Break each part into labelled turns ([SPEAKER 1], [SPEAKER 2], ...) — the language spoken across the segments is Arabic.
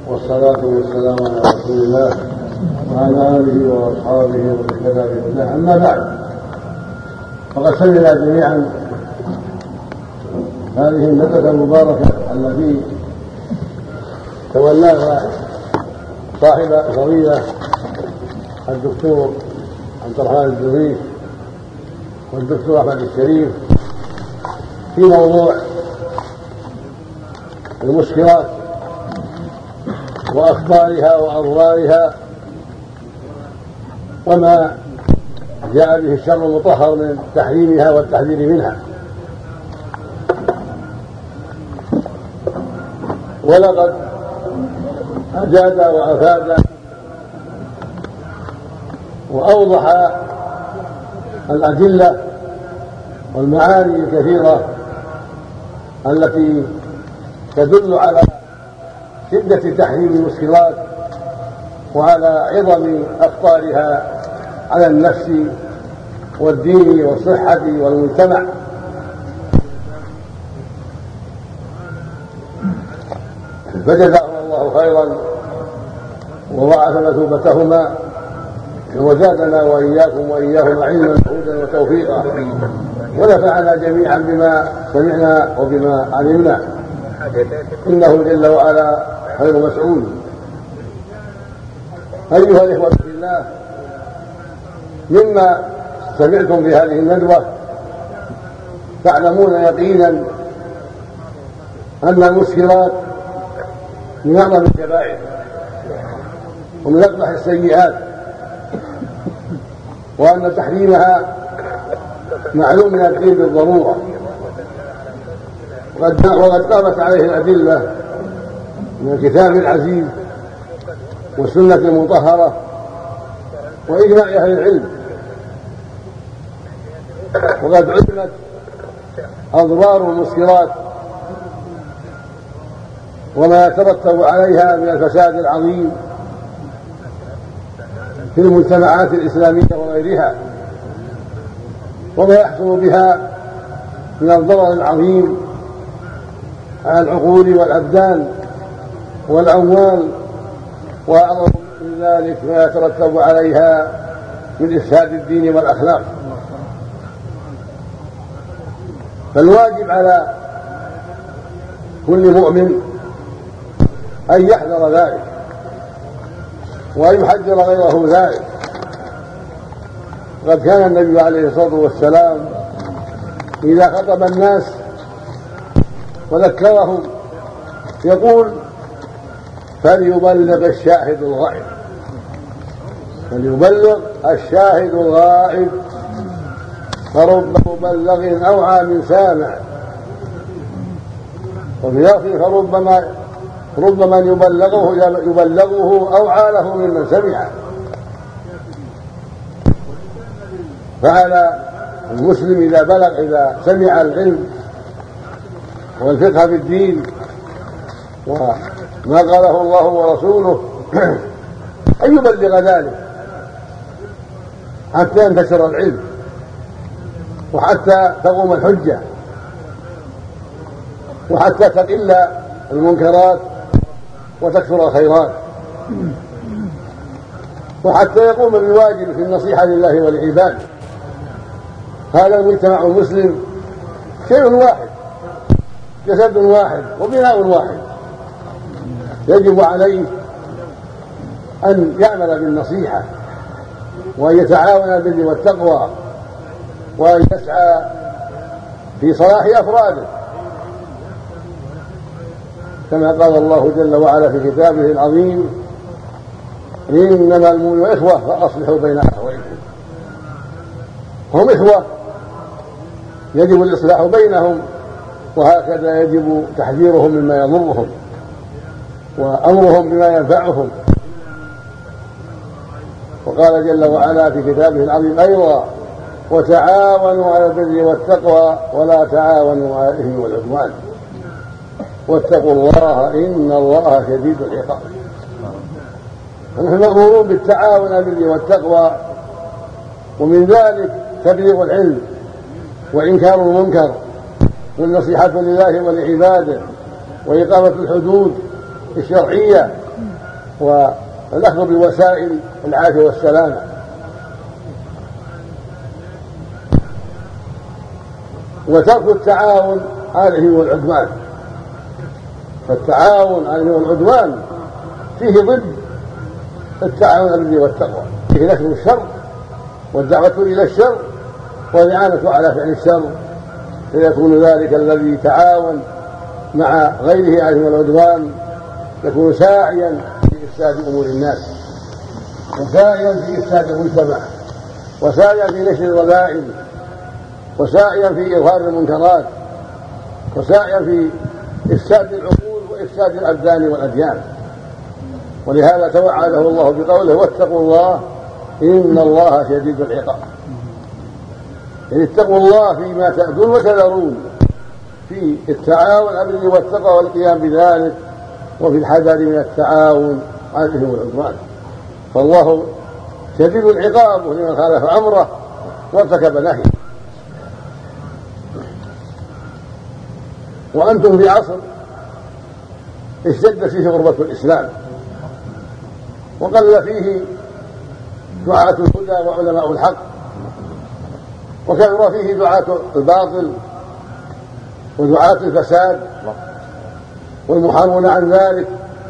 [SPEAKER 1] والصلاة والسلام على رسول الله وعلى آله وأصحابه ومن اهتدى بهداه. أما بعد، فقد سمعنا جميعا هذه الندوة المباركة التي تولاها صاحب الفضيلة الدكتور عبد الرحمن الدريس والدكتور أحمد الشريف في موضوع المسكرات وأخبارها وأضرارها وما جاء به الشرع المطهر من تحريمها والتحذير منها. ولقد أجاد وأفاد وأوضح الأدلة والمعاني الكثيرة التي تدل على شدة تحريم المسكرات وعلى عظم أخطارها على النفس والدين والصحة والمجتمع. فجزاهم الله خيرا وضاعف مثوبتهما وزادنا وإياكم وإياهم علما وهدى وتوفيقا، ونفعنا جميعا بما سمعنا وبما علمنا، إنه جل وعلا خير مسؤول. أيها الإخوة في الله، مما سمعتم في هذه الندوة تعلمون يقينا أن المسكرات من أعظم الكبائر ومن أقبح السيئات، وأن تحريمها معلوم من الدين بالضرورة، وقد قامت عليه الأدلة من الكتاب العزيز والسنة المطهرة وإجماع أهل العلم. وقد علمت أضرار المسكرات وما يترتب عليها من الفساد العظيم في المجتمعات الإسلامية وغيرها، وما يحصل بها من الضرر العظيم على العقول والأبدان والأموال، وأعظم من ذلك ما يترتب عليها من إفساد الدين والأخلاق. فالواجب على كل مؤمن أن يحذر ذلك وأن يحذر غيره ذلك. قد كان النبي عليه الصلاة والسلام إذا خطب الناس وذكرهم يقول: فليبلغ الشاهد الغائب، فليبلغ الشاهد الغائب، فرب مبلغ أوعى من سامع، وفي لفظ فرب من يبلغه أوعى له ممن سمع. فعلى المسلم إذا سمع العلم والفقه في الدين وما قاله الله ورسوله أن يبلغ ذلك حتى ينتشر العلم وحتى تقوم الحجة وحتى تقل المنكرات وتكثر الخيرات، وحتى يقوم بالواجب في النصيحة لله والعباد. هذا المجتمع المسلم شيء واحد، جسد واحد وبناء واحد، يجب عليه أن يعمل بالنصيحة وأن يتعاون بالبر والتقوى وأن يسعى في صلاح أفراده، كما قال الله جل وعلا في كتابه العظيم: إنما المؤمنون إخوة فأصلحوا بين أخويكم. هم إخوة يجب الإصلاح بينهم، وهكذا يجب تحذيرهم مما يضرهم وأمرهم بما ينفعهم. وقال جل وعلا في كتابه العظيم أيضا: وتعاونوا على البر والتقوى ولا تعاونوا على الإثم والعدوان واتقوا الله إن الله شديد العقاب. فنحن مأمورون بالتعاون على البر والتقوى، ومن ذلك تبليغ العلم وإنكار المنكر والنصيحة لله ولعباده وإقامة الحدود الشرعية والأخذ بوسائل العافية والسلامة. وترك التعاون على الإثم والعدوان، فالتعاون على الإثم والعدوان فيه ضد التعاون على البر والتقوى، فيه نشر الشر والدعوة إلى الشر والإعانة على فعل الشر، فيكون ذلك الذي تعاون مع غيره على الإثم والعدوان يكون ساعيا في إفساد أمور الناس، وساعيا في إفساد المجتمع، وساعيا في نشر الرذائل، وساعيا في إظهار المنكرات، وساعيا في إفساد العقول وإفساد الأبدان والأديان. ولهذا توعده الله بقوله واتقوا الله إن الله شديد العقاب. يعني اتقوا الله فيما تأتون وتذرون في التعاون على البر والتقوى والقيام بذلك، وفي الحذر من التعاون على الإثم والعدوان، فالله شديد العقاب لمن خالف أمره وارتكب نهيه. وأنتم في عصر اشتد فيه غربة الإسلام، وقل فيه دعاة الهدى وعلماء الحق، وكثر فيه دعاة الباطل ودعاة الفساد والمحاربون عن ذلك.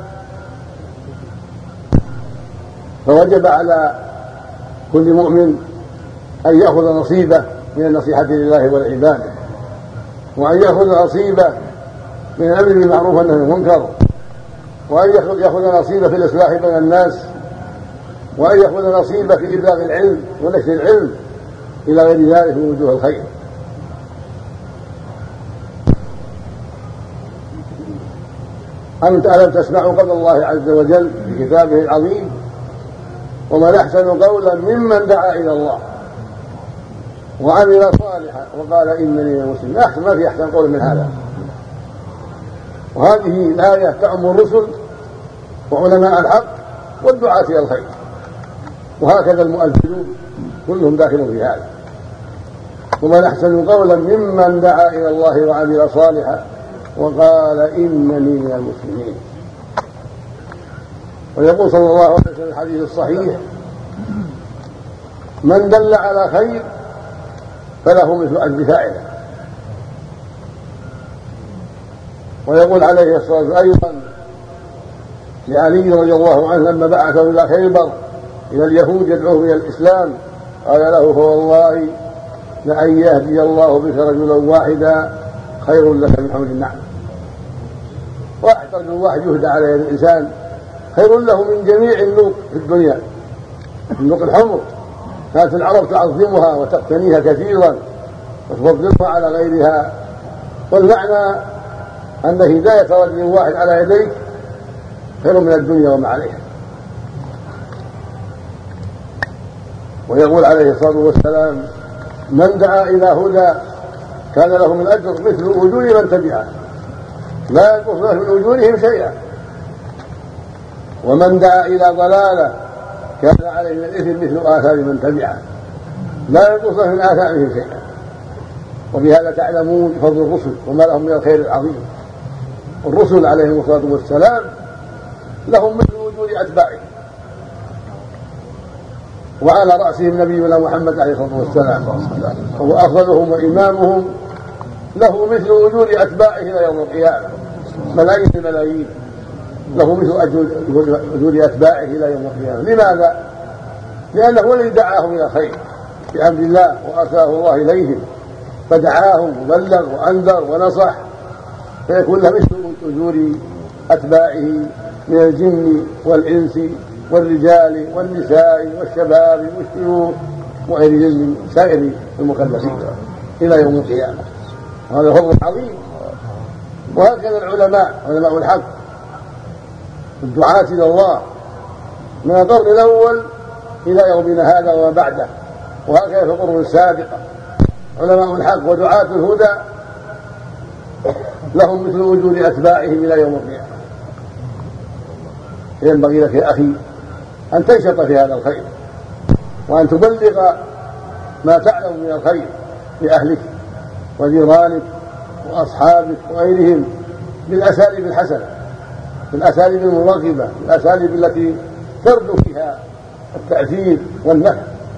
[SPEAKER 1] فوجب على كل مؤمن أن يأخذ نصيبه من النصيحة لله ولعباده، وأن يأخذ نصيبه من الأمر بالمعروف والنهي عن المنكر، وأن يأخذ نصيبه في الإصلاح بين الناس، وأن يأخذ نصيبه في إبلاغ العلم ونشر العلم إلى غير ذلك من وجوه الخير. ألم تسمعوا قول الله عز وجل في كتابه العظيم ومن أحسن قولا ممن دعا إلى الله وعمل صالحا وقال إنني من المسلمين. أحسن، ما في أحسن قول من هذا. وهذه الآية تعم الرسل وعلماء الحق والدعاة إلى الخير، وهكذا المؤذنون كلهم داخلون في هذا. ومن أحسن قولا ممن دعا إلى الله وعمل صالحا وقال إنني من المسلمين. ويقول صلى الله عليه وسلم في الحديث الصحيح من دل على خير فله مثل أجر فاعله. ويقول عليه الصلاة والسلام أيضا لعلي رضي الله عنه لما بعثه إلى خيبر إلى اليهود يدعوه إلى الإسلام قال له فوالله لأن يهدي الله بك رجلا واحدا خير لك من حمل النعم. رجل واحد يهدى على يد الإنسان خير له من جميع النوق في الدنيا. النوق الحمر كانت العرب تعظمها وتقتنيها كثيرا وتفضلها على غيرها، والمعنى أن هداية رجل واحد على يديك خير من الدنيا وما عليها. ويقول عليه الصلاة والسلام من دعا إلى هدى كان له من أجر مثل أجور من تبعه لا ينقص له من أجورهم شيئا، ومن دعا إلى ضلالة كان عليه من الإثم مثل آثار من تبعه لا ينقص له من آثارهم شيئا. وبهذا تعلمون فضل الرسل وما لهم من الخير العظيم. الرسل عليهم الصلاة والسلام لهم مثل وجود أتباعهم، وعلى رأسهم نبينا محمد عليه الصلاة والسلام وهو أفضلهم وإمامهم، له مثل وجود أتباعه إلى يوم القيامة ملايين الملايين، له مثل وجود أتباعه إلى يوم القيامة. لماذا؟ لأنه هو الذي دعاهم إلى خير بأمر الله وأرسله الله إليهم فدعاهم وبلغ وأنذر ونصح، فيكون له مثل أجور أتباعه من الجن والإنس والرجال والنساء والشباب والشيوخ وغيرهم من سائر المكلفين إلى يوم القيامة. وهذا فضل عظيم. وهكذا العلماء علماء الحق الدعاة إلى الله من القرن الأول إلى يومنا هذا وما بعده، وهكذا في القرون السابقة علماء الحق ودعاة الهدى لهم مثل وجود أتباعهم إلى يوم القيامة. ينبغي لك يا أخي أن تنشط في هذا الخير وأن تبلغ ما تعلم من الخير لأهلك وجيرانك وأصحابك وغيرهم بالأساليب الحسنة، بالأساليب المرغبة، الأساليب التي ترجو فيها التأثير والنفع.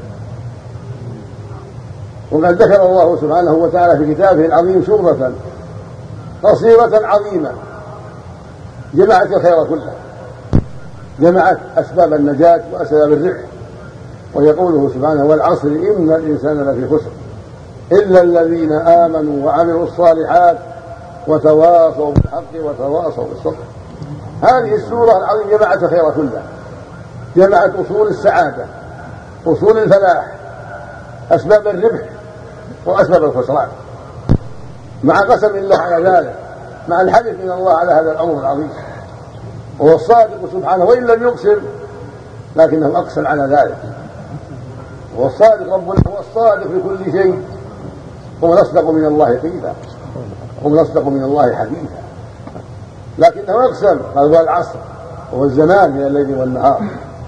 [SPEAKER 1] وقد ذكر الله سبحانه وتعالى في كتابه العظيم سورة قصيرة عظيمة جمعت الخير كله، جمعت أسباب النجاة وأسباب الربح. ويقوله سبحانه: والعصر إن الإنسان لفي خسر إلا الذين آمنوا وعملوا الصالحات وتواصوا بالحق وتواصوا بالصبر. هذه السورة العظيمة جمعت الخير كله، جمعت أصول السعادة، أصول الفلاح، أسباب الربح وأسباب الخسران، مع قسم الله على ذلك، مع الحديث من الله على هذا الأمر العظيم. وهو الصادق سبحانه، وإن لم يقسم لكنه أقسم على ذلك. وهو الصادق، ربنا هو الصادق في كل شيء، هو أصدق من الله قيلا، هو أصدق من الله حديثا، لكنه أقسم قال: هو العصر، وهو الزمان من الليل والنهار،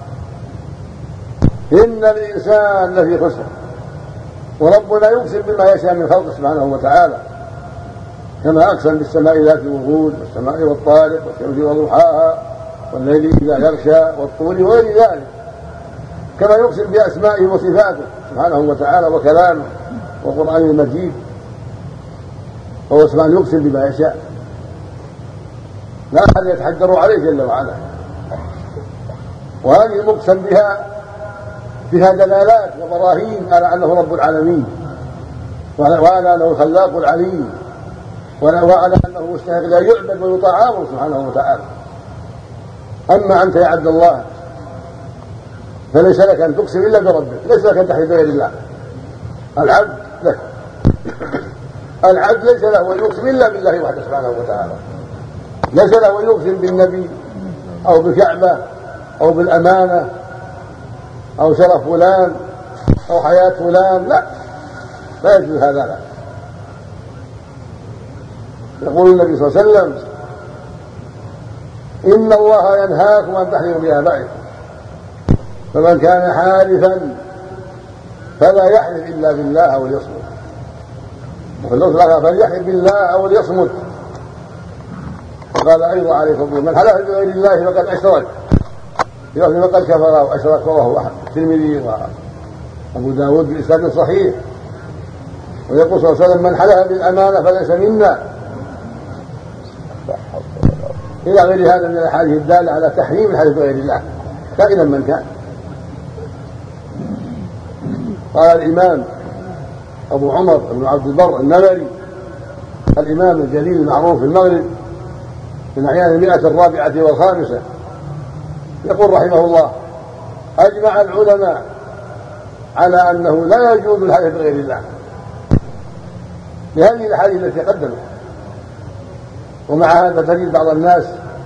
[SPEAKER 1] إن الإنسان لفي خسر. وربنا يقسم بما يشاء من خلقه سبحانه وتعالى، كما أقسم بالسماء ذات الوقود والسماء والطارق والشمس وضحاها والليل إذا يغشى والطور وغير ذلك، كما يقسم بأسمائه وصفاته سبحانه وتعالى وكلامه والقرآن المجيد. وهو سبحانه يقسم بما يشاء، لا أحد يتحجر عليه جل وعلا. وهذه المقسم بها دلالات وبراهين على أنه رب العالمين، وعلى أنه الخلاق العليم، وعلى أنه مستحق لا يعبد ويطاع سبحانه وتعالى. أما أنت يا عبد الله فليس لك أن تقسم إلا بربك، ليس لك أن تحلف بغير الله. العبد ليس له أن يقسم إلا بالله وحده سبحانه وتعالى، ليس له أن يقسم بالنبي أو بالكعبة أو بالأمانة أو شرف فلان أو حياة فلان، لا يجوز هذا لا. يقول النبي صلى الله عليه وسلم: إن الله ينهاكم أن تحلفوا بآبائكم، فمن كان حالفا فلا يحلف إلا بالله أو ليصمت، وفي اللفظ الآخر: فليحلف بالله أو ليصمت. وقال أيضا عليه الصلاة والسلام: من حلف بغير الله فقد أشرك، في لفظ فقد كفر أو أشرك. رواه أحمد الترمذي وأبو داود بإسناد صحيح. ويقول صلى الله عليه وسلم: من حلف بالأمانة فليس منا، إلى غير هذا من الأحاديث الدالة على تحريم الحلف بغير الله كائنا من كان. قال الإمام أبو عمر بن عبد البر النمري، الإمام الجليل المعروف في المغرب من أعيان 145، يقول رحمه الله: أجمع العلماء على أنه لا يجوز الحلف بغير الله، بهذه الأحاديث التي قدمت. ومع هذا تجد بعض الناس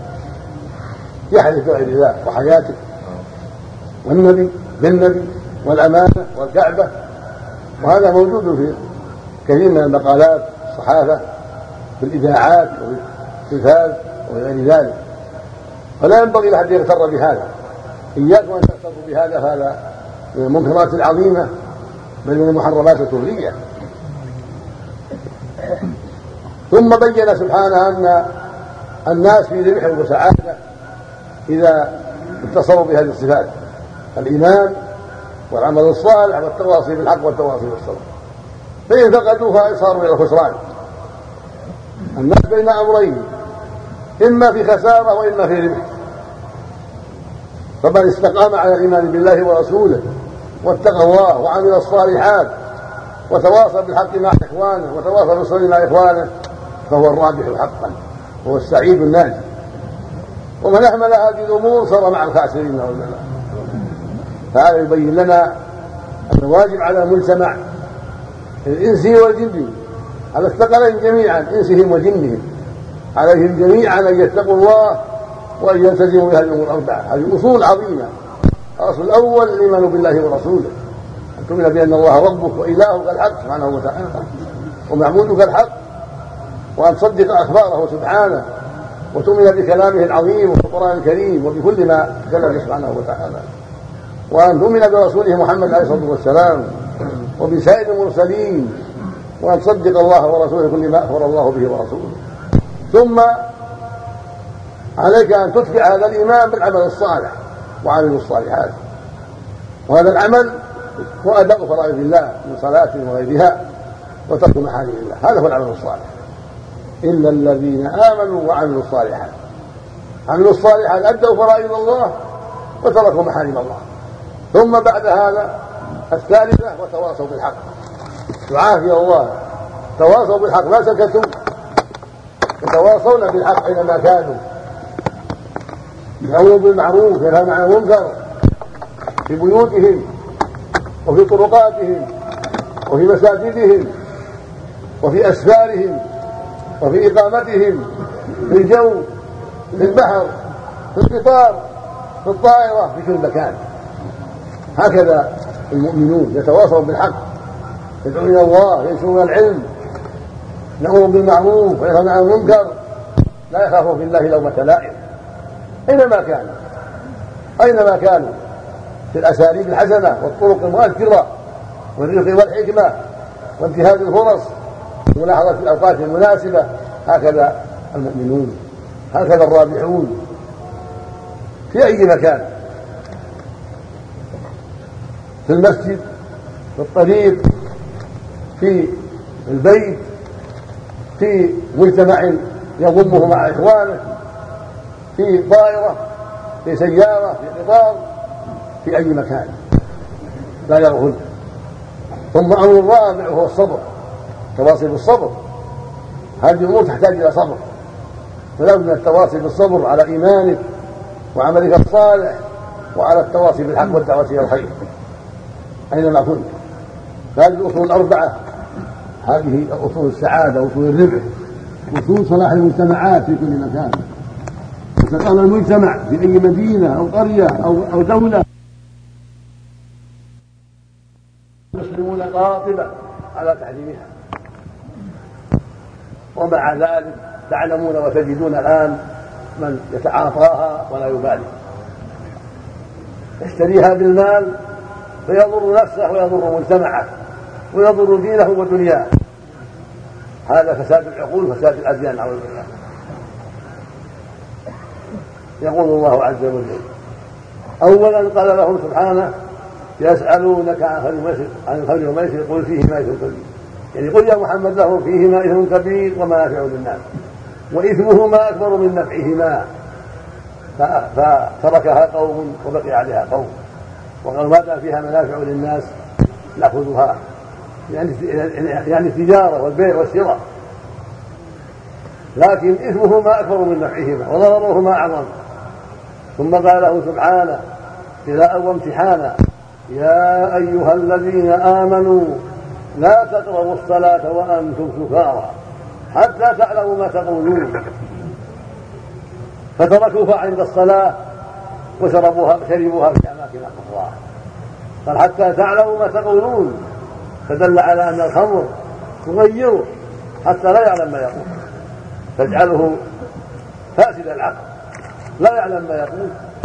[SPEAKER 1] يحلف بغير الله وحياته والنبي بالنبي والأمانة والكعبة، وهذا موجود في كثير من المقالات الصحافة في الإذاعات وفي التلفاز وغير ذلك. فلا ينبغي لأحد يغتر بهذا، إياكم أن تغتروا بهذا، فهذا من المنكرات العظيمة بل من المحرمات الكفرية. ثم بين سبحانه أن الناس في ربح وسعادة إذا اتصلوا بهذه الصفات: الإيمان والعمل الصالح والتواصي بالحق والتواصي بالصبر. فإن فقدوها صاروا إلى الخسران. الناس بين أمرين: إما في خسارة وإما في ربح. فمن استقام على الإيمان بالله ورسوله واتقى الله وعمل الصالحات وتواصى بالحق مع إخوانه وتواصى بالصبر مع إخوانه فهو الرابح حقا، هو السعيد الناجي. ومن أهمل هذه الأمور صار مع الخاسرين نعوذ بالله. فهذا يبين لنا أن الواجب على المجتمع الإنسي والجني، على الثقلين جميعا إنسهم وجنهم، عليهم جميعا أن يتقوا الله وأن يلتزموا بهذه الأمور الأربعة. هذه أصول عظيمة. الأصل الأول الإيمان بالله ورسوله، أن تؤمن بأن الله ربك وإلهك الحق سبحانه وتعالى ومعبودك الحق، وأن تصدق أخباره سبحانه وتؤمن بكلامه العظيم وفي القرآن الكريم وبكل ما تكلم سبحانه وتعالى، وأن تؤمن برسوله محمد عليه الصلاة والسلام وبسائر المرسلين، وأن تصدق الله ورسوله كل ما أخبر الله به ورسوله. ثم عليك أن تتبع هذا الإيمان بالعمل الصالح وعمل الصالحات. وهذا العمل هو أداء فرائض الله من صلاة وغيرها وترك محارم الله، هذا هو العمل الصالح. إلا الذين آمنوا وعملوا الصالحات، عملوا الصالحات أدوا فرائض الله وتركوا محارم الله. ثم بعد هذا الثالثة وتواصوا بالحق، يعافي الله، تواصوا بالحق ما سكتوا، يتواصون بالحق أينما كانوا، يأمرون بالمعروف وينهون عن المنكر في بيوتهم وفي طرقاتهم وفي مساجدهم وفي أسفارهم وفي إقامتهم في الجو في البحر في القطار في الطائرة في كل مكان. هكذا المؤمنون يتواصون بالحق، يدعون إلى الله، ينشرون العلم، يأمرون بالمعروف وينهون عن المنكر، لا يخافون في الله لومة لائم أينما كانوا في الأساليب الحسنة والطرق المؤثرة والرفق والحكمة وانتهاز الفرص وملاحظة الأوقات المناسبة. هكذا المؤمنون، هكذا الرابحون في أي مكان، في المسجد، في الطريق، في البيت، في مجتمع يضمه مع إخوانه، في طائرة، في سيارة، في قطار، في أي مكان لا يرهن. ثم أمر الرابع وهو الصبر، تواصي بالصبر. هذه الأمور تحتاج إلى صبر، فلا بد من التواصي بالصبر على إيمانك وعملك الصالح وعلى التواصي بالحق والدعوة إلى الخير أينما كنت. هذه الأصول الأربعة، هذه أصول السعادة وأصول الربح وأصول صلاح المجتمعات في كل مكان. وتقام المجتمع في أي مدينة أو قرية أو دولة المسلمون قاطبة على تحريمها، ومع ذلك تعلمون وتجدون الآن من يتعاطاها ولا يبالي، يشتريها بالمال فيضر نفسه ويضر مجتمعه ويضر دينه ودنياه. هذا فساد العقول، فساد الأديان، نعوذ بالله. يقول الله عز وجل أولا قال لهم سبحانه يسألونك عن الخمر والميسر قل فيهما إثم كبير، يعني قل يا محمد لهم فيهما إثم كبير ومنافع للناس وإثمهما أكبر من نفعهما، فتركها قوم وبقي عليها قوم، وقال ما دام فيها منافع للناس نأخذها، يعني التجارة والبيع والشراء، لكن إثمهما أكبر من نفعهما وضررهما أعظم. ثم قال له سبحانه ابتلاء وامتحانا يا أيها الذين آمنوا لا تقربوا الصلاة وأنتم سكارى حتى تعلموا ما تقولون، فتركوها عند الصلاة وشربوها في أماكن أخرى. قال حتى تعلموا ما تقولون، فدل على أن الخمر تغيره حتى لا يعلم ما يقول، تجعله فاسد العقل لا يعلم ما يقول.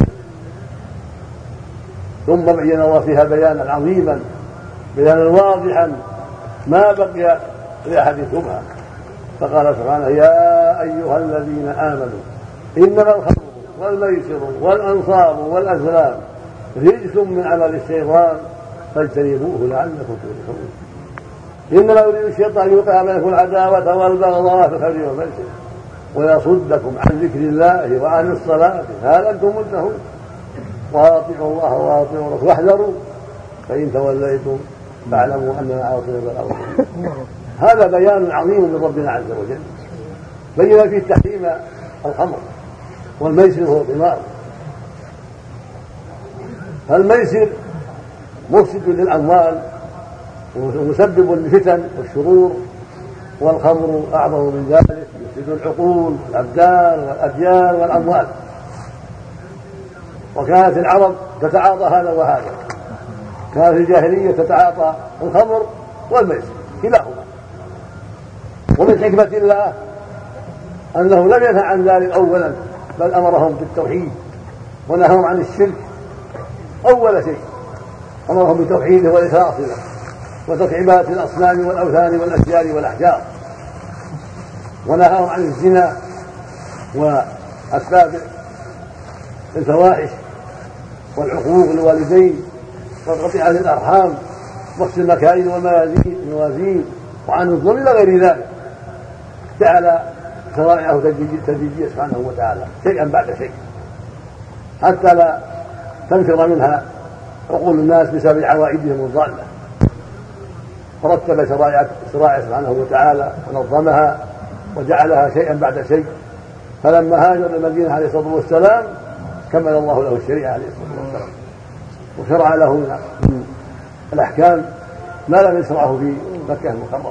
[SPEAKER 1] ثم بين الله فيها بيانا عظيما، بيانا واضحا ما بقي لأحد شبهة، فقال سبحانه يا أيها الذين آمنوا إنما الخمر والميسر والأنصاب والأزلام رجس من عمل الشيطان فاجتنبوه لعلكم تفلحون. إنما يريد الشيطان يوقع بينكم العداوة والبغضاء في الخمر والميسر ويصدكم عن ذكر الله وعن الصلاة هل أنتم منتهون وأطيعوا الله وأطيعوا الرسول واحذروا فإن توليتم فاعلموا أننا على طريق الأرض. هذا بيان عظيم من ربنا عز وجل، بين فيه تحريم الخمر والميسر هو القمار. فالميسر مفسد للأموال ومسبب للفتن والشرور، والخمر أعظم من ذلك يفسد العقول والأبدان والأديان والأموال. وكانت العرب تتعاطى هذا وهذا، كانت الجاهلية تتعاطى الخمر والميسر كلاهما. ومن حكمة الله أنه لم ينهى عن ذلك أولا، بل أمرهم بالتوحيد ونهاهم عن الشرك. أول شيء أمرهم بالتوحيد والإخلاص له وترك عبادة الأصنام والأوثان والأشجار والأحجار، ونهاهم عن الزنا السابع الفواحش والعقوق للوالدين والقطيعة للأرحام وقت المكائد والموازين وعن الظلم إلى غير ذلك، جعل شرائعه تدريجية سبحانه وتعالى شيئا بعد شيء حتى لا تنفر منها عقول الناس بسبب عوائدهم الضالة، فرتب شرائع سبحانه وتعالى ونظمها وجعلها شيئا بعد شيء. فلما هاجر المدينة عليه الصلاة والسلام كمل الله له الشريعة عليه الصلاة والسلام وشرع له من الأحكام ما لم يشرعه في مكة المكرمة.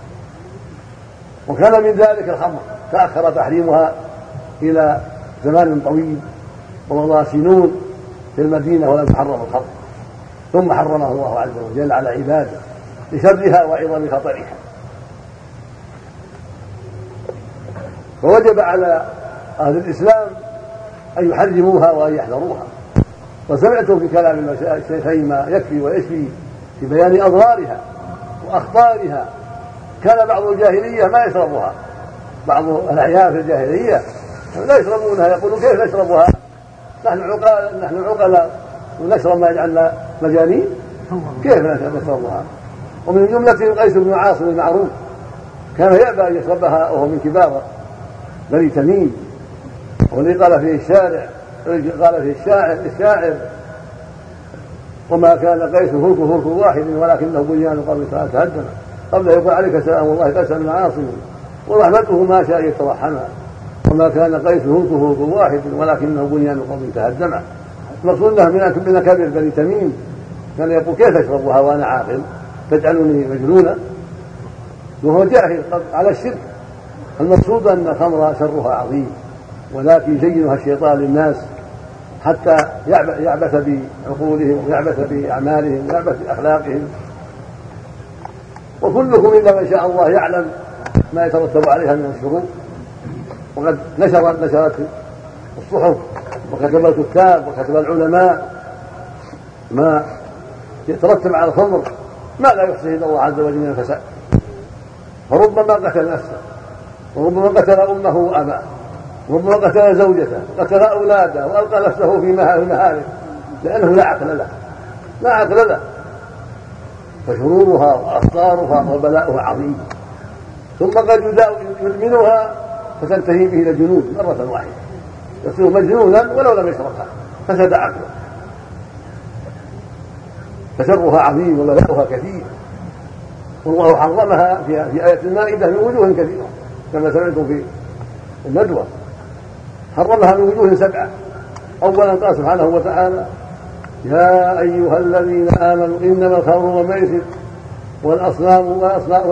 [SPEAKER 1] وكان من ذلك الخمر، تأخر تحريمها إلى زمان طويل ومضى سنون في المدينة ولم تحرم الخمر، ثم حرمه الله عز وجل على عباده لشرها وعظم خطرها. فوجب على أهل الإسلام أن يحرموها وأن يحذروها. وسمعتم في كلام الشيخين ما يكفي ويشفي في بيان أضرارها وأخطارها. كان بعض الجاهلية ما يشربها، بعض الأحياء في الجاهلية لا يشربونها، يقولون كيف نشربها؟ نحن عقلاء ونشرب ما يجعلنا مجانين، كيف نشربها؟ ومن جملة قيس بن عاصم المعروف كان يأبى أن يشربها وهو من كبار بني تميم، والذي قال فيه الشاعر وما كان قيس هلك واحد ولكنه بنيان قبل تهدم، قبل يقول عليك سلام الله قيس بن عاصم ورحمته ما شاء يترحمها، وما كان قيس هلك واحد ولكنه بنيان قبل تهدم. المقصود انه من اكابر بني تميم، كان يقول كيف اشربها وانا عاقل تجعلني مجنونا، وهو جاهل على الشرك. المقصود ان الخمر شرها عظيم، ولكن يزينها الشيطان للناس حتى يعبث بعقولهم ويعبث باعمالهم ويعبث باخلاقهم. وكلكم الا من شاء الله يعلم ما يترتب عليها من الشرور، وقد نشرت الصحف وكتب الكتاب وكتب العلماء ما يترتب على الخمر ما لا يحصيه الا الله عز وجل من الفساد. فربما قتل نفسه، وربما قتل امه واباه، وربما قتل زوجته وقتل اولاده والقى نفسه في مهالك لانه لا عقل له. فشرورها واخطارها وبلاؤها عظيم، ثم قد يدمنها فتنتهي به الى جنون مره واحده، يصير مجنونا ولو لم يشربها فسد عقله. فشرها عظيم وبلاؤها كثير، والله حرمها في آية المائدة من وجوه كثيرة كما سمعتم في الندوة، حرمها من وجوه 7. أولا قال سبحانه وتعالى يا أيها الذين آمنوا إنما الخمر والميسر والأصنام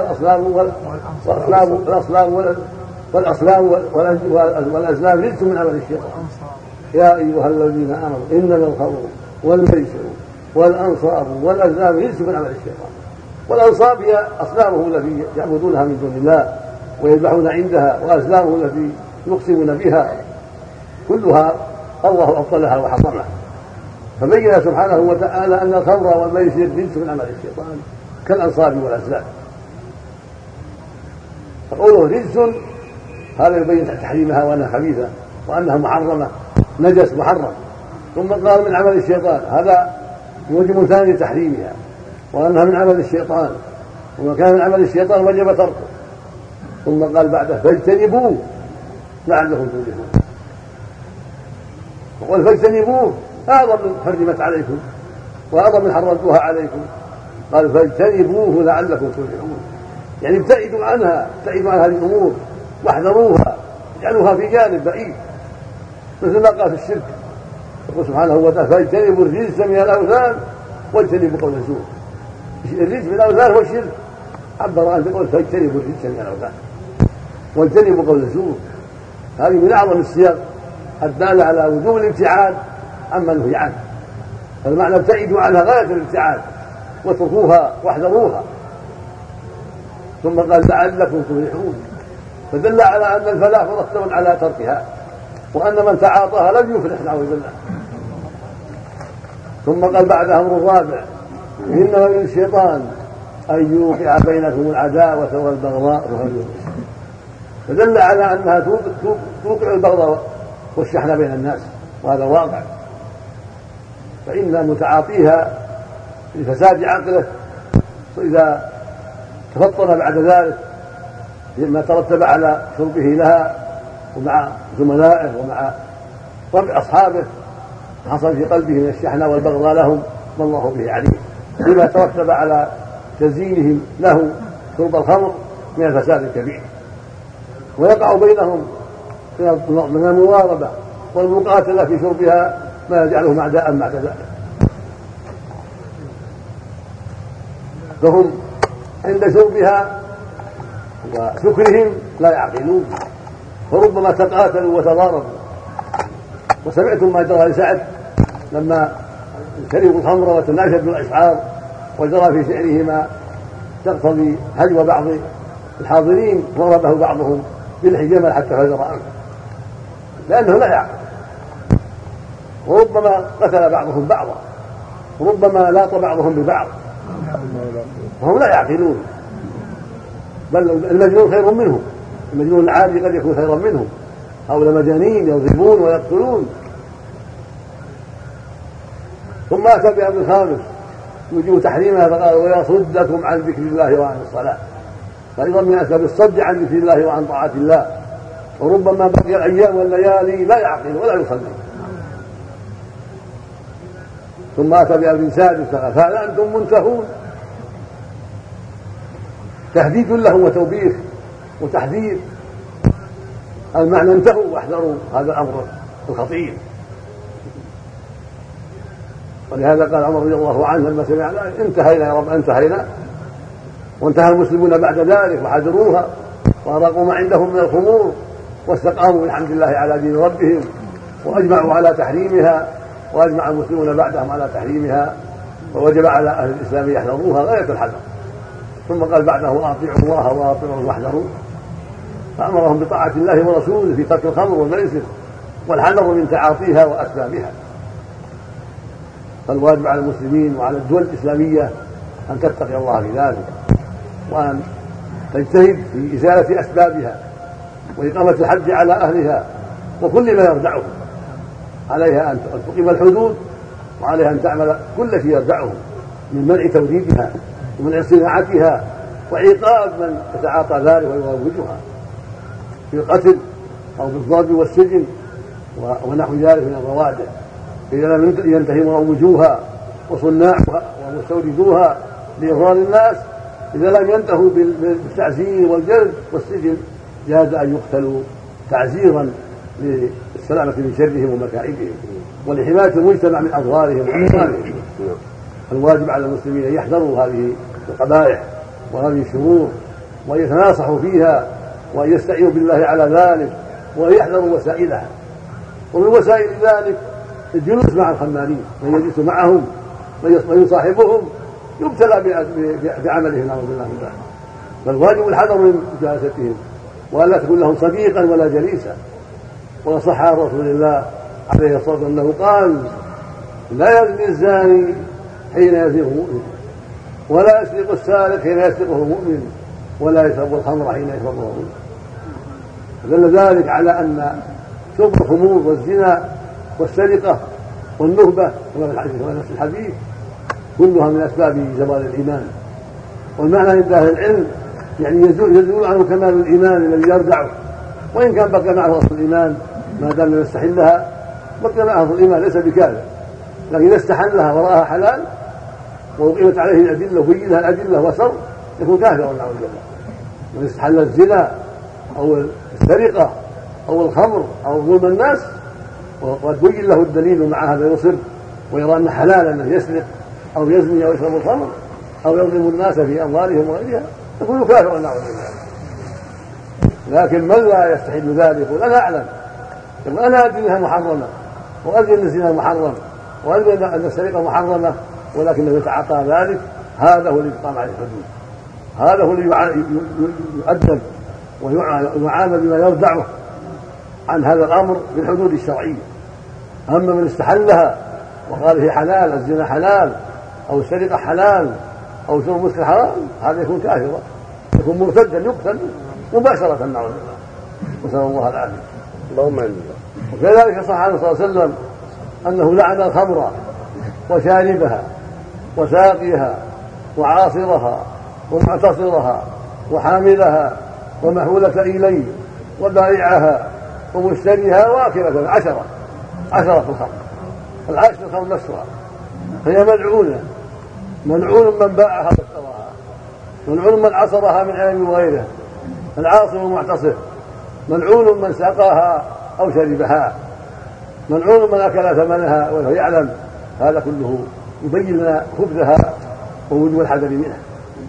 [SPEAKER 1] والأزلام رجس من عمل الشيطان. يا أيها الذين آمنوا إنما الخمر والميسر والأنصاب والأزلام رجس من عمل الشيطان. والأنصاب هي أصنامهم التي يعبدونها من دون الله ويذبحون عندها، وأزلامهم التي يقسمون بها، كلها الله أبطلها وحرمها. فبين سبحانه وتعالى أن الخمر والميسر رجس من عمل الشيطان كالأنصاب والأزلام. فقوله رجس هذا يبين تحريمها وأنها خبيثة وأنها محرمة، نجس محرم. ثم قال من عمل الشيطان، هذا موجب ثاني لتحريمها وأنها من عمل الشيطان، وما كان من عمل الشيطان وجب تركه. ثم قال بعده فاجتنبوه لعلكم تفلحون. وقال فاجتنبوه أعظم من حرمت عليكم وأعظم من حرمتها عليكم، قال فاجتنبوه لعلكم تفلحون، يعني ابتعدوا عنها هذه الأمور واحذروها، اجعلوها في جانب بعيد، مثل ما قال في الشرك يقول سبحانه وتعالى فاجتنبوا الرجس من الأوثان واجتنبوا قول الزور. الرجس من الأوثان هو الشرك، عبر أن تقول فاجتنبوا الرجس من الأوثان واجتنبوا قول الزور. هذه من أعظم السياق الدالة على وجوب الابتعاد عما نهي عنه. المعنى ابتعدوا عنها غاية الابتعاد واتركوها واحذروها. ثم قال لعلكم تفلحون، فدل على أن الفلاح مرتب على تركها، وأن من تعاطاها لم يفلح نعوذ بالله. ثم قال بعد أمر الرابع إنما من الشيطان أن يوقع بينكم العداوة والبغضاء، فدل على أنها توقع البغضاء والشحن بين الناس، وهذا واقع. فإن متعاطيها لفساد عقله، وإذا تفطن بعد ذلك لما ترتب على شربه لها ومع زملائه ومع طبع أصحابه، حصل في قلبه من الشحنة والبغضاء لهم والله به عليم، لما ترتب على تزيينهم له شرب الخمر من الفساد الكبير، ويقع بينهم من المضاربة والمقاتلة في شربها ما يجعلهم أعداء بعد ذلك. فهم عند شربها وسكرهم لا يعقلون، فربما تقاتلوا وتضاربوا. وسمعتم ما جرى لسعد لما شربوا الخمر وتناشدوا الأشعار وجرى في شعره ما تقتضي هجو بعض الحاضرين، ضربه بعضهم بالحجامة حتى فجر عنه لأنه لا يعقل، وربما قتل بعضهم بعضا، وربما لاط بعضهم ببعض، وهم لا يعقلون. بل المجنون خير منهم، المجنون العادي قد يكون خيرا منهم. هؤلاء مجانين يضربون ويقتلون. ثم أتى بأمر خامس وجوب تحريمها، فقال ويصدكم عن ذكر الله وعن الصلاة، فأيضا من أسباب الصد عن ذكر الله وعن طاعة الله. وربما بقي الأيام والليالي لا يعقل ولا يصلي. ثم أتى بأمر سادس فهل أنتم منتهون، تهديد لهم وتوبيخ وتحذير، المعنى انتهوا واحذروا هذا الأمر الخطير. ولهذا قال عمر رضي الله عنه لما سمعنا انتهينا يا رب انتهينا، وانتهى المسلمون بعد ذلك وحذروها وأراقوا ما عندهم من الخمور واستقاموا بالحمد لله على دين ربهم وأجمعوا على تحريمها، وأجمع المسلمون بعدهم على تحريمها، ووجب على أهل الإسلام يحذروها غاية الحذر. ثم قال بعده أطيعوا الله وأطيعوا واحذروا، فأمرهم بطاعة الله ورسوله في ترك الخمر والميسر والحذر من تعاطيها وأسبابها. فالواجب على المسلمين وعلى الدول الإسلامية أن تتقي الله في ذلك، وأن تجتهد في إزالة أسبابها وإقامة الحد على أهلها وكل ما يردعهم. عليها أن تقيم الحدود، وعليها أن تعمل كل شيء يردعهم من منع توريدها ومنع صناعتها وعقاب من يتعاطى ذلك ويروجها بالقتل أو بالضرب والسجن ونحو ذلك من الروادع إذا لم ينتهي مروجوها وصناعها ومستوردوها لإضرار الناس. إذا لم ينتهوا بالتعزير والجلد والسجن جاز أن يقتلوا تعزيرا للسلامة من شرهم ومكائدهم ولحماية المجتمع من أضرارهم وأموالهم. الواجب على المسلمين أن يحذروا هذه القبائح وهذه الشرور وأن يتناصحوا فيها وأن يستعينوا بالله على ذلك وأن يحذروا وسائلها. ومن وسائل ذلك الجلوس مع الخمارين، من يجلس معهم من يصاحبهم يبتلى بعملهم نعوذ بالله من ذلك. فالواجب الحذر من مجالستهم وألا تكون لهم صديقا ولا جليسا. وصح عن رسول الله عليه الصلاة والسلام أنه قال لا يزني الزاني حين يزنيه مؤمن، ولا يسرق السارق حين يسرقه مؤمن، ولا يشرب الخمر حين يشربه مؤمن. دل ذلك على أن شرب الخمور والزنا والسرقة والنهبة كما في الحديث ونفس الحديث كلها من أسباب زوال الإيمان. والمعنى عند أهل العلم يعني يزول عنه كمال الإيمان الذي يرجعه، وإن كان بقى معه أصل الإيمان ما دام لم يستحلها بقي معه أصل الإيمان ليس بكافر، لكن إذا استحلها ورآها حلال وأقيمت عليه الأدلة وبينها الأدلة وصر يكون كافرا نعوذ بالله. من استحل الزنا أو السرقة أو الخمر أو ظلم الناس وقد بين له الدليل مع هذا يصر ويرى أن حلالا أنه يسرق أو يزني أو يشرب الخمر أو يظلم الناس في أموالهم وغيرها يكون كافرا نعوذ بالله. لكن من لا يستحل ذلك يقول أنا أعلم، يقول أنا أدري أنها محرمة وأدري أن الزنا محرم وأدري أن السرقة محرمة، ولكنه يتعاطى ذلك. هذا هو الذي يقام عليه الحدود، هذا هو الذي يؤدب ويعامل بما يردعه عن هذا الأمر بالحدود الشرعية. أما من استحلها وقال هي حلال، الزنا حلال أو السرقة حلال أو شرب مسكر حرام، هذا يكون كافرا، يكون مرتدا يقتل مباشرة نعوذ بالله، نسأل الله العافية.
[SPEAKER 2] اللهم آمين.
[SPEAKER 1] وكذلك صح عنه صلى الله عليه وسلم أنه لعن الخمر وشاربها وساقيها وعاصرها ومعتصرها وحاملها ومحولة إليه وبائعها ومشتريها واكلة 10 في الخمر. العاشر الخمر نفسها هي ملعون من باعها واشتراها، ملعون من عصرها من علم وغيره، العاصر والمعتصر، ملعون من سقاها أو شربها، ملعون من أكل ثمنها وهو يعلم. هذا كله يبين لنا خبثها ووجوب الحذر منها.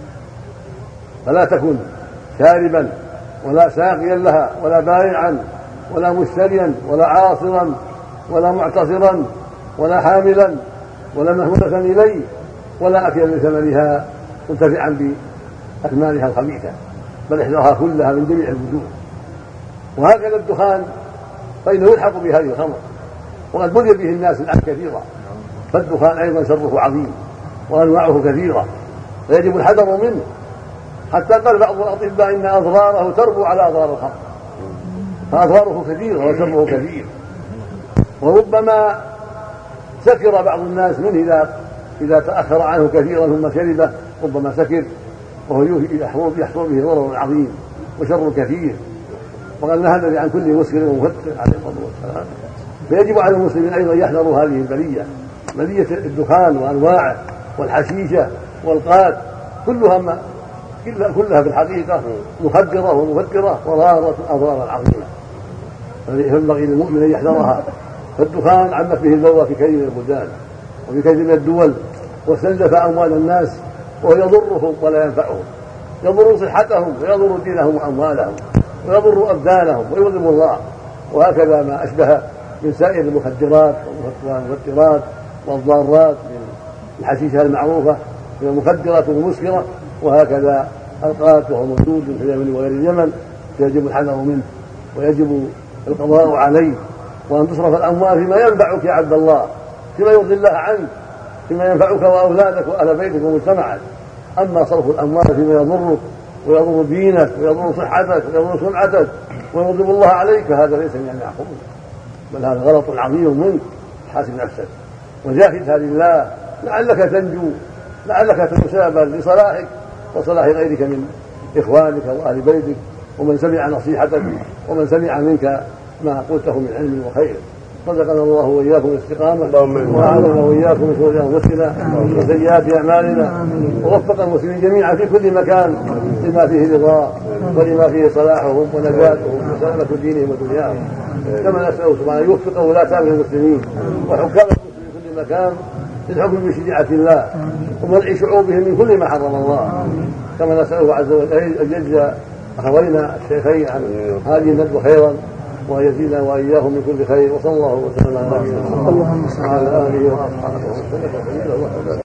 [SPEAKER 1] فلا تكن شاربا ولا ساقيا لها ولا بائعا ولا مشتريا ولا عاصرا ولا معتصرا ولا حاملا ولا محمولة إليه ولا أكلا لثمنها منتفعا بأثمانها الخبيثة، بل احذرها كلها من جميع الوجوه. وهكذا الدخان فإنه يلحق بهذه الخمر، وقد بلي به الناس الآن كثيرا، فالدخان أيضا شره عظيم وأنواعه كثيرة ويجب الحذر منه، حتى قال بعض الأطباء إن أضراره تربو على أضرار الخمر، فأضراره كثيرة وشره كثير. وربما سكر بعض الناس منه إذا تأخر عنه كثيرا ثم شربه، ربما سكر وهو يحصل به ضرر عظيم وشر كثير. وقال نهى عن كل مسكر ومفتر عليه الصلاة والسلام. فيجب على المسلمين أيضا يحذروا هذه البلية، بلية الدخان وأنواعه والحشيشة والقات، كلها في الحقيقة مخدرة ومفكرة وضارة أضرارا عظيمة، فينبغي للمؤمن أن يحذرها. فالدخان عمت به البلوى في كثير من البلدان وفي كثير من الدول، واستنزف أموال الناس وهو يضرهم ولا ينفعهم، يضر صحتهم ويضر دينهم وأموالهم ويضر أبدانهم ويغضب الله. وهكذا ما أشبه من سائر المخدرات والمفكرات والضارات من الحشيشة المعروفة من المخدرات والمسكرة، وهكذا القات وهو موجود في اليمن وغير اليمن، فيجب الحذر منه ويجب القضاء عليه، وأن تصرف الأموال فيما ينفعك يا عبد الله، فيما يرضي الله عنك، فيما ينفعك وأولادك وأهل بيتك ومجتمعك. أما صرف الأموال فيما يضرك ويضر دينك ويضر صحتك ويضر سمعتك ويغضب الله عليك، فهذا ليس من أن يعقوب، بل هذا غلط عظيم منك. حاسب نفسك وجاهدها لله لعلك تنجو، لعلك تسابل لصلاحك وصلاح غيرك من إخوانك وأهل بيتك ومن سمع نصيحتك ومن سمع منك ما قلته من علم وخير. صدقنا الله وإياكم الاستقامة، وأعاذنا وإياكم من شرور أنفسنا وسيئات أعمالنا، ووفق المسلمين جميعا في كل مكان لما فيه رضاه ولما فيه صلاحهم ونجاتهم وسلامة دينهم ودنياهم. كما نسأل سبحانه يوفق ولاة المسلمين وحكام المسلمين في كل مكان للحكم بشريعة الله ومنع شعوبهم من كل ما حرم الله. كما نسأله عز وجل أن يجزى أخوينا الشيخين عن هذه الندوة خيرا، ويزيدنا وإياهم من كل خير. وصلى الله وسلم على نبينا محمد وعلى آله وأصحابه وسلم.